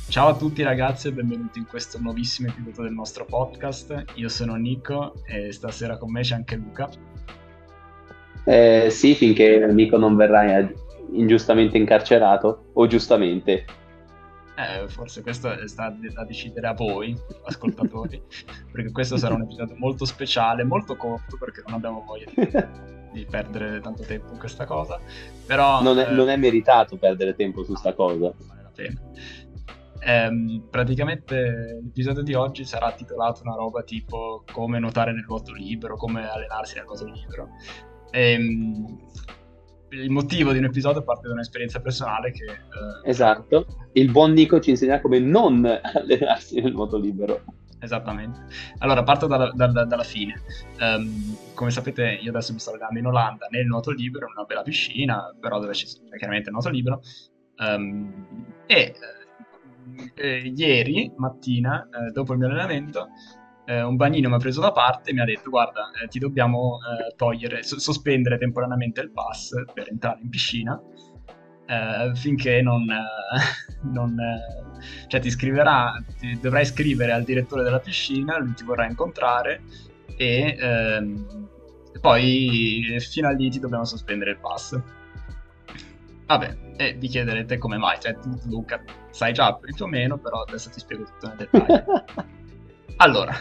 Ciao a tutti ragazzi e benvenuti in questo nuovissimo episodio del nostro podcast. Io sono Nico e stasera con me c'è anche Luca. Sì, finché Nico non verrà ingiustamente incarcerato, o giustamente. Forse questo sta da decidere a voi, ascoltatori, perché questo sarà un episodio molto speciale, molto corto perché non abbiamo voglia di perdere tanto tempo in questa cosa, però Non è meritato perdere tempo su sta cosa. non vale la pena. Praticamente l'episodio di oggi sarà titolato una roba tipo come nuotare nel nuoto libero, come allenarsi nel nuoto libero. Ehm, il motivo di un episodio parte da un'esperienza personale che Esatto. Il buon Nico ci insegna come non allenarsi nel moto libero. esattamente. Allora, parto dalla fine. Come sapete, io adesso mi sto allenando in Olanda nel nuoto libero, in una bella piscina, però dove c'è chiaramente il nuoto libero. Ieri mattina, dopo il mio allenamento, un bagnino mi ha preso da parte e mi ha detto: Guarda, ti dobbiamo sospendere temporaneamente il pass per entrare in piscina finché cioè dovrai scrivere al direttore della piscina, lui ti vorrà incontrare e poi fino a lì ti dobbiamo sospendere il pass. Vabbè, e vi chiederete come mai, cioè tu Luca sai già più o meno, però adesso ti spiego tutto nel dettaglio. Allora,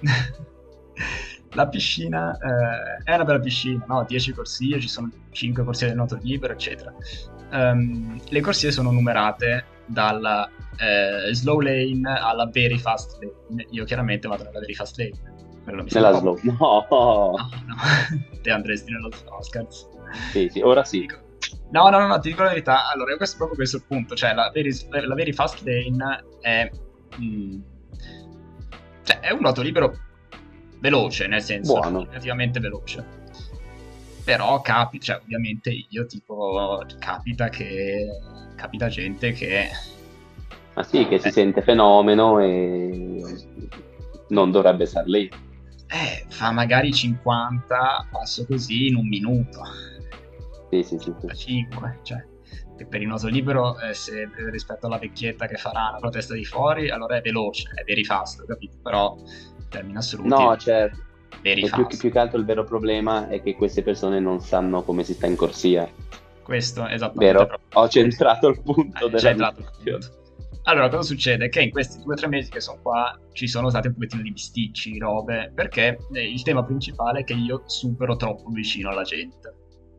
la piscina è una bella piscina, no? 10 corsie, ci sono 5 corsie del nuoto libero, eccetera. Le corsie sono numerate dalla slow lane alla very fast lane. Io chiaramente vado nella very fast lane. Quello mi sembra Nella un po'. slow. No. No, no. Te andresti nello slow, scherzo. Sì, sì, ora sì. No, ti dico la verità. Allora, questo è proprio questo il punto. Cioè, la very fast lane è. mm, cioè, è un nuoto libero veloce, nel senso, Buono. relativamente veloce. Però cioè, ovviamente io tipo capita gente che Ma sì, che si eh, sente fenomeno e non dovrebbe star lì. fa magari 50 passo così in un minuto. Sì, sì, sì, sì. 5, cioè che per il nuoto libero se rispetto alla vecchietta che farà una protesta di fuori, allora è veloce, è very fast, capito? Però in termini assoluti No, è certo. very E più fast. che altro il vero problema è che queste persone non sanno come si sta in corsia. Questo è esattamente Vero? proprio Ho questo. centrato il punto C'è della entrato il discussione. punto. Allora, cosa succede? Che in questi 2 o 3 mesi che sono qua ci sono stati un pochettino di bisticci, robe, perché il tema principale è che io supero troppo vicino alla gente.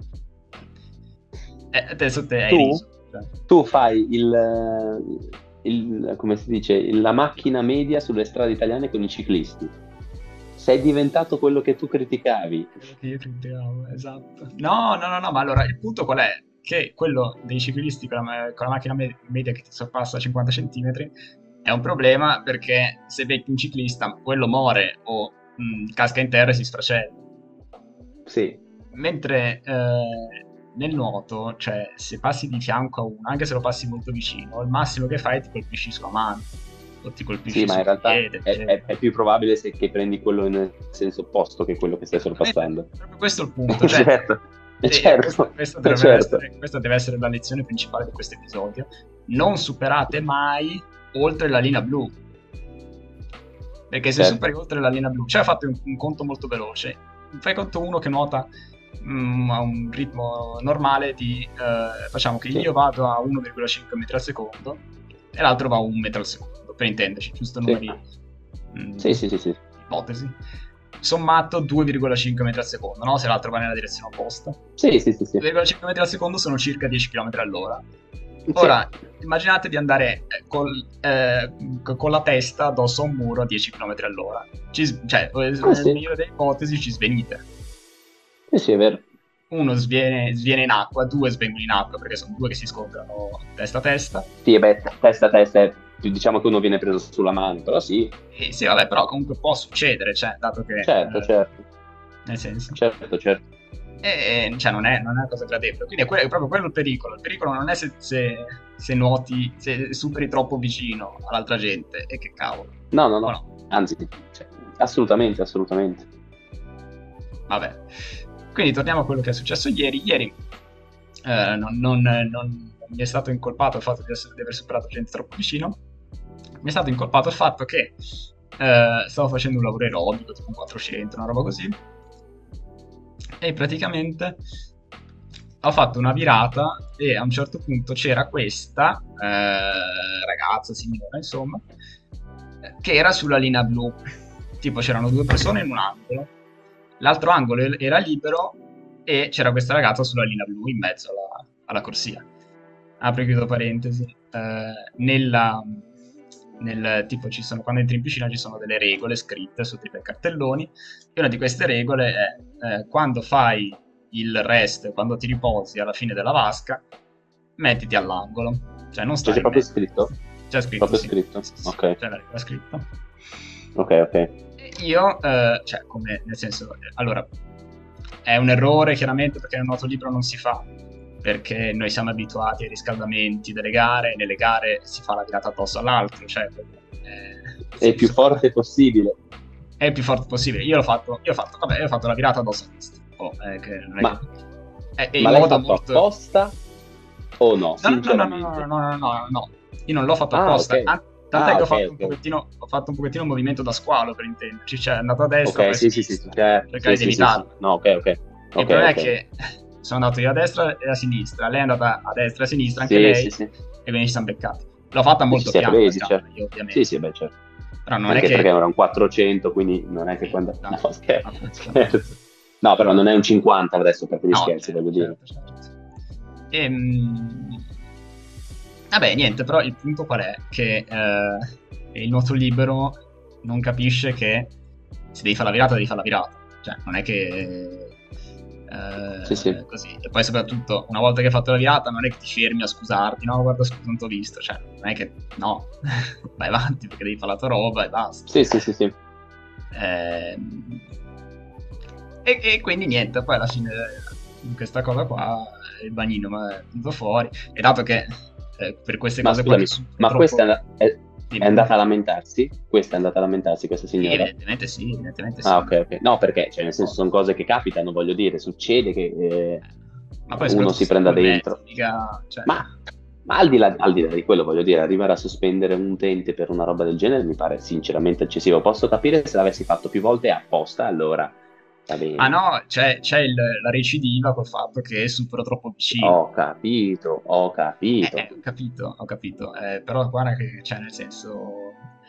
Adesso te hai Tu, riso. Cioè. tu fai come si dice, la macchina media sulle strade italiane con i ciclisti. Sei diventato quello che tu criticavi. Quello che io criticavo, esatto. No, ma allora il punto qual è? Che quello dei ciclisti con la macchina media che ti sorpassa 50 centimetri è un problema perché se becchi un ciclista, quello muore o casca in terra e si sfracella. Sì, Mentre nel nuoto, cioè se passi di fianco a uno, anche se lo passi molto vicino, il massimo che fai è ti colpisci sulla mano o ti sì, colpisci ma in sul realtà piede, è, eccetera. è più probabile che prendi quello nel senso opposto che quello che stai Esattamente, sorpassando. è proprio questo è il punto. Cioè, Certo, questo, certo, questo deve certo. essere, questa deve essere la lezione principale di questo episodio. Non superate mai oltre la linea blu. Perché se Certo. superi oltre la linea blu, cioè fate un conto molto veloce. Fai conto uno che nuota a un ritmo normale facciamo che Sì, io vado a 1,5 metri al secondo e l'altro va a 1 metro al secondo, per intenderci, giusto sì, numeri sì, sì, sì, sì. ipotesi. Sommato 2,5 metri al secondo, no? Se l'altro va nella direzione opposta. Sì, sì, sì, sì. 2,5 metri al secondo sono circa 10 km all'ora. Sì. Ora, immaginate di andare con la testa addosso a un muro a 10 km all'ora. Cioè, Ah, nel sì. migliore delle ipotesi ci svenite. Sì, sì, è vero. Uno sviene in acqua, due svengono in acqua perché sono due che si scontrano testa a testa. Sì, e beh, testa a testa, diciamo che uno viene preso sulla mano, però sì, E sì, vabbè, però comunque può succedere, cioè, dato che, certo, certo, nel senso. certo, certo. Cioè non è una cosa gradevole. Quindi è proprio quello il pericolo. Il pericolo non è se nuoti, se superi troppo vicino all'altra gente. E che cavolo. No, no, O no, no? anzi, cioè, assolutamente, assolutamente. Vabbè. Quindi torniamo a quello che è successo ieri. Ieri non mi è stato incolpato il fatto di aver superato gente troppo vicino. mi è stato incolpato il fatto che stavo facendo un lavoro aerobico, tipo un 400, una roba così, e praticamente ho fatto una virata e a un certo punto c'era questa ragazza, signora, insomma, che era sulla linea blu. Tipo c'erano due persone in un angolo, l'altro angolo era libero e c'era questa ragazza sulla linea blu in mezzo alla corsia. Apro e chiudo parentesi. Tipo ci sono, quando entri in piscina ci sono delle regole scritte su dei cartelloni e una di queste regole è quando fai il rest, quando ti riposi alla fine della vasca, mettiti all'angolo, cioè non Cioè, stare c'è in proprio mezzo. scritto? C'è scritto, Proprio sì. scritto? Sì, sì, sì, Ok, c'è la regola scritta. ok, ok. E io, cioè, come, nel senso, allora, è un errore chiaramente perché nel nuoto libero non si fa, perché noi siamo abituati ai riscaldamenti delle gare, e nelle gare si fa la virata addosso all'altro, cioè, nel È il più senso, forte possibile. è il più forte possibile. Vabbè, io ho fatto la virata addosso a destra. Oh, che non è che... Ma, È in ma l'hai modo fatto molto... apposta o no? No, no, no, no, no, no, Sinceramente. no, no, no. Io non l'ho fatto Ah, ok. apposta. Tant'è Ah, che ok, ok. ho fatto un pochettino un movimento da squalo per intenderci, cioè è andato a destra, poi Ok, a sì, sì, sì, sì, sinistra, certo. Sì, cercare di sì, sì, sì. evitarlo. No, ok, ok. E il Ok, problema è ok. che sono andato io a destra e a sinistra, lei è andata a destra e a sinistra, anche Sì, sì, lei, sì. e quindi ci siamo beccati. L'ho fatta E ci molto si è piano la presi, virata, certo. io Sì, ovviamente. sì, beh, certo. Però non è Anche perché che... era un 400, quindi non è che Sì, quando... dai, No, scherzo, vabbè. scherzo. No, però non è un 50 adesso, per gli No, scherzi, certo, voglio dire. certo, certo. Ehm, Vabbè, niente, però il punto qual è? Che il nuoto libero non capisce che se devi fare la virata, devi fare la virata. Cioè, non è che... Sì, sì. così. E poi soprattutto, una volta che hai fatto la virata, non è che ti fermi a scusarti, no, guarda, scusa, non t'ho visto. Cioè, non è che... No, vai avanti perché devi fare la tua roba e basta. Sì, sì, sì, sì. Ehm, e quindi niente, poi alla fine questa cosa qua, il bagnino mi è venuto fuori. E dato che per queste Ma cose qua che scusami, soffro ma questa troppo... è Dimmi, andata a dimmi. lamentarsi? Questa è andata a lamentarsi, questa Sì, signora? evidentemente Ah, sì. ok, ok. No, perché, cioè, nel Per senso, sono forza. cose che capitano, voglio dire, succede che Ma poi uno soprattutto si siamo prenda due mezzi, dentro. mica... Cioè... Ma, ma al di là di quello, voglio dire, arrivare a sospendere un utente per una roba del genere mi pare sinceramente eccessivo. Posso capire se l'avessi fatto più volte apposta, allora va Ah bene. no, c'è la recidiva col fatto che supero troppo vicino. Ho capito, ho capito. Ho capito, però guarda che, cioè, nel senso,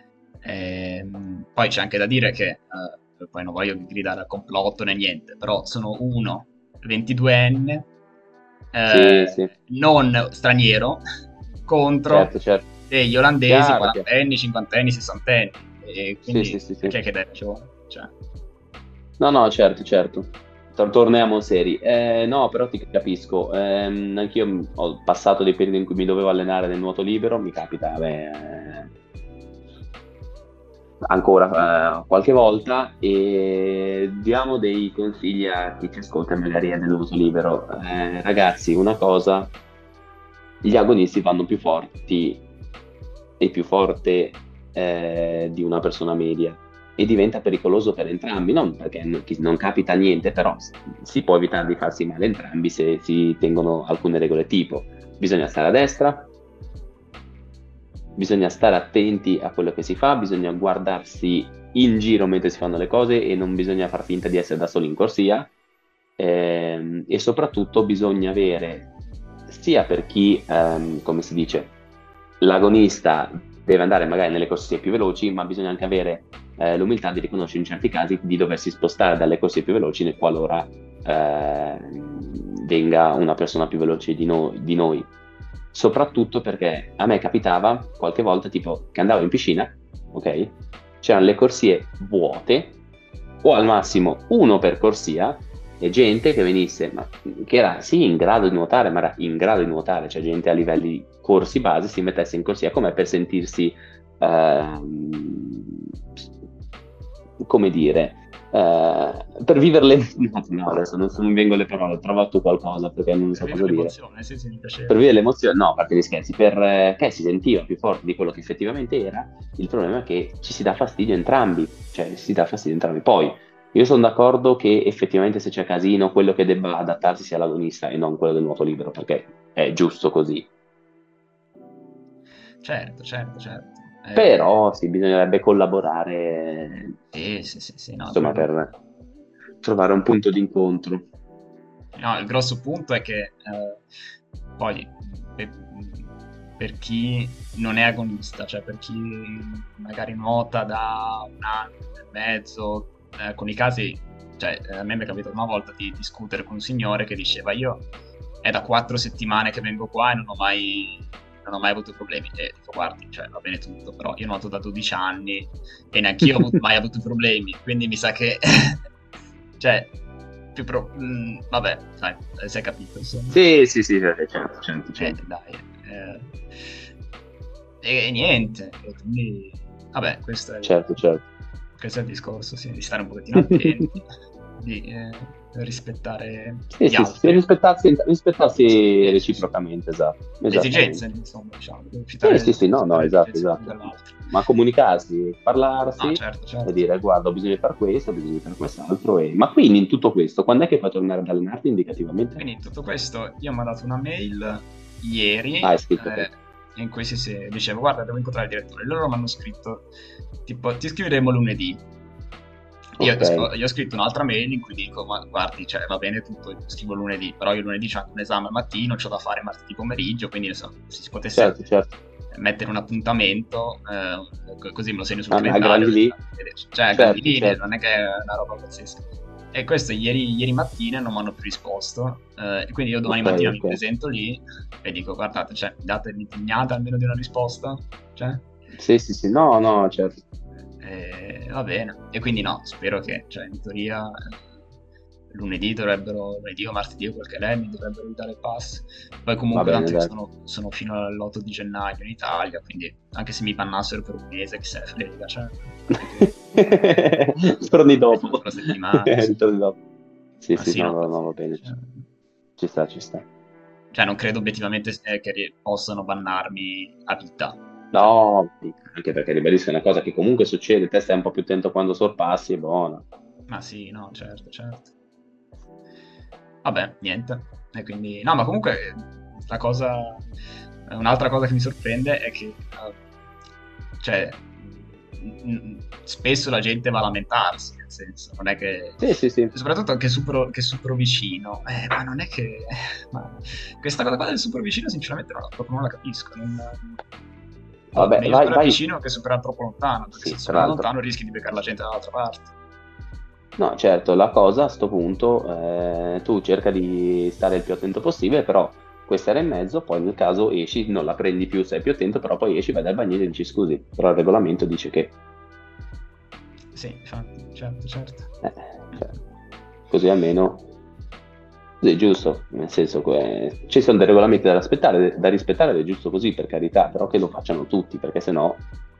poi c'è anche da dire che, poi non voglio gridare al complotto né niente, però sono uno 22enne, Sì, sì, non straniero, contro certo, certo. degli olandesi, Chiaro, chiaro. quarantenni, cinquantenni, sessantenni, e Sì, sì, quindi sì, a sì. chi è che dà ragione? Cioè, No, no, certo, certo. Torniamo seri. No, però ti capisco. Anch'io ho passato dei periodi in cui mi dovevo allenare nel nuoto libero, mi capita, ancora qualche volta e diamo dei consigli a chi ci ascolta e magari è del nuoto libero. Ragazzi, una cosa, gli agonisti vanno più forti e più forte di una persona media e diventa pericoloso per entrambi, non perché non capita niente, però si può evitare di farsi male entrambi se si tengono alcune regole tipo bisogna stare a destra, bisogna stare attenti a quello che si fa, bisogna guardarsi in giro mentre si fanno le cose e non bisogna far finta di essere da soli in corsia. E soprattutto bisogna avere, sia per chi, come si dice, l'agonista deve andare magari nelle corsie più veloci, ma bisogna anche avere l'umiltà di riconoscere in certi casi di doversi spostare dalle corsie più veloci nel qualora venga una persona più veloce di noi. Soprattutto perché a me capitava qualche volta, tipo, che andavo in piscina, ok? C'erano le corsie vuote, o al massimo uno per corsia, e gente che venisse, ma che era sì in grado di nuotare, ma era in grado di nuotare, cioè gente a livelli corsi base si mettesse in corsia come per sentirsi, ehm, come dire, per vivere le... No, adesso non mi vengono le parole, ho trovato qualcosa perché non per so cosa vivere dire. l'emozione, sì, sì, mi Per piaceva. vivere l'emozione, no, a parte gli scherzi, perché si sentiva più forte di quello che effettivamente era, il problema è che ci si dà fastidio entrambi, cioè si dà fastidio entrambi. Poi, io sono d'accordo che effettivamente se c'è casino, quello che debba adattarsi sia l'agonista e non quello del nuoto libero, perché è giusto così. Certo, certo, certo. Però sì, bisognerebbe collaborare, sì, no, insomma, per trovare un punto d'incontro. no, il grosso punto è che poi per, per chi non è agonista, cioè per chi magari nuota da un anno e mezzo, con i casi, cioè a me mi è capitato una volta di discutere con un signore che diceva io è da 4 settimane che vengo qua e non ho mai avuto problemi. E dico, guardi, cioè, va bene tutto, però io nuoto da 12 anni e neanch'io ho mai avuto problemi, quindi mi sa che, cioè, vabbè, sai, si è capito, insomma. Sì, sì, sì, certo, certo, certo. Dai, e niente, e quindi, vabbè, Certo, certo. questo è il discorso, sì, di stare un pochettino attenti, di rispettare Sì, gli sì, sì, altri. rispettarsi Sì, sì. reciprocamente, esatto, Le esigenze, esattamente. insomma, diciamo, Sì, sì, sì, no, no, rispettare le esatto, esigenze l'uno esatto. dell'altro. Ma comunicarsi, No, parlarsi certo, e certo. dire, guarda, ho bisogno di fare questo, ho bisogno di fare quest'altro. Ma quindi in tutto questo, quando è che fai tornare ad allenarti indicativamente? Quindi tutto questo, io mi ho dato una mail ieri Ah, hai scritto te. in cui si dicevo, guarda, devo incontrare il direttore. Loro mi hanno scritto, tipo, ti scriveremo lunedì. Io, Ok, io ho scritto un'altra mail in cui dico, ma guardi, cioè, va bene tutto, scrivo lunedì, però io lunedì c'ho anche un esame al mattino, c'ho da fare martedì pomeriggio, quindi insomma, se si potesse certo, certo. mettere un appuntamento, così me lo segno sul A calendario, grandi lì, cioè a grandi certo, linee, certo. non è che è una roba pazzesca. E questo ieri mattina non mi hanno più risposto, e quindi io domani Ok, mattina mi ok. presento lì e dico, guardate, cioè, mi impegnate almeno di una risposta? Cioè? Sì, sì, sì, no, no, certo. Va bene. E quindi no, spero che, cioè, in teoria, lunedì o martedì o quel che è, mi dovrebbero ridare il pass. Poi Va comunque, bene, tanto io dai. sono fino all'8 di gennaio in Italia, quindi anche se mi pannassero per un mese, chi se ne frega, cioè, non è che Torni è solo dopo. per una settimana, sì. Torni dopo. Sì, Ma sì, sì, no, no, no, no, va pazienza. bene. Cioè, Ci sta, ci sta. non credo obiettivamente che possano bannarmi a vita. Cioè, No, anche perché ribadisco è una cosa che comunque succede, te stai un po' più attento quando sorpassi, è buona. ma sì, no, certo, certo. Vabbè, niente. E quindi, no, ma comunque la cosa, un'altra cosa che mi sorprende è che, cioè, spesso la gente va a lamentarsi, nel senso, non è che, Sì, sì, sì. soprattutto che supero vicino, ma non è che, ma questa cosa qua del super vicino, sinceramente, proprio non la capisco. Boh, Vabbè, meglio vai, superare vai. vicino che superare troppo lontano, perché se Sì, tra superi l'altro. lontano rischi di beccare la gente dall'altra parte. No, certo, la cosa a sto punto, tu cerca di stare il più attento possibile, però questa era in mezzo, poi nel caso esci, non la prendi più, sei più attento, però poi esci, vai dal bagnino e dici scusi, però il regolamento dice che... Sì, infatti, certo, certo. cioè, così almeno è giusto, nel senso che ci sono dei regolamenti da rispettare ed è giusto così, per carità, però che lo facciano tutti, perché sennò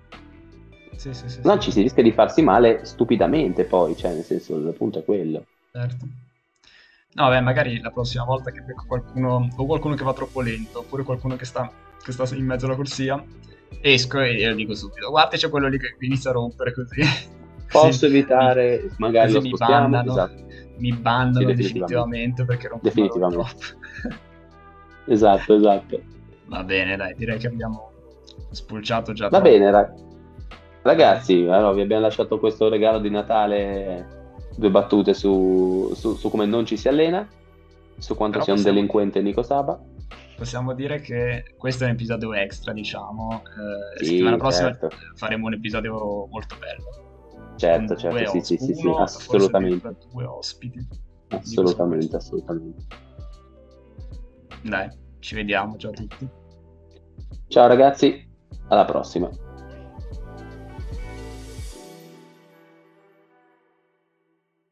Sì, sì, sì, no, sì, ci si rischia di farsi male stupidamente poi, cioè nel senso il punto è quello. certo. No, beh, magari la prossima volta che becco qualcuno, o qualcuno che va troppo lento, oppure qualcuno che sta in mezzo alla corsia, esco e glielo dico subito. Guarda, c'è quello lì che inizia a rompere così. Così Posso mi, evitare, magari così lo mi spostiamo? bannano. Esatto, Mi sì, bannano definitivamente, definitivamente perché rompo il marrone definitivamente, troppo. esatto, esatto. Va bene, dai, direi che abbiamo spulciato già Va bene, troppo. Eh, ragazzi, allora vi abbiamo lasciato questo regalo di Natale, due battute su come non ci si allena, su quanto però sia un delinquente Nico Saba. possiamo dire che questo è un episodio extra, diciamo. Settimana Sì, prossima certo, faremo un episodio molto bello. Con certo, certo, sì, sì, sì, sì, uno, forse addirittura assolutamente, due ospiti. Dico solo assolutamente, questo. assolutamente. Dai, ci vediamo, ciao a tutti. Ciao ragazzi, alla prossima.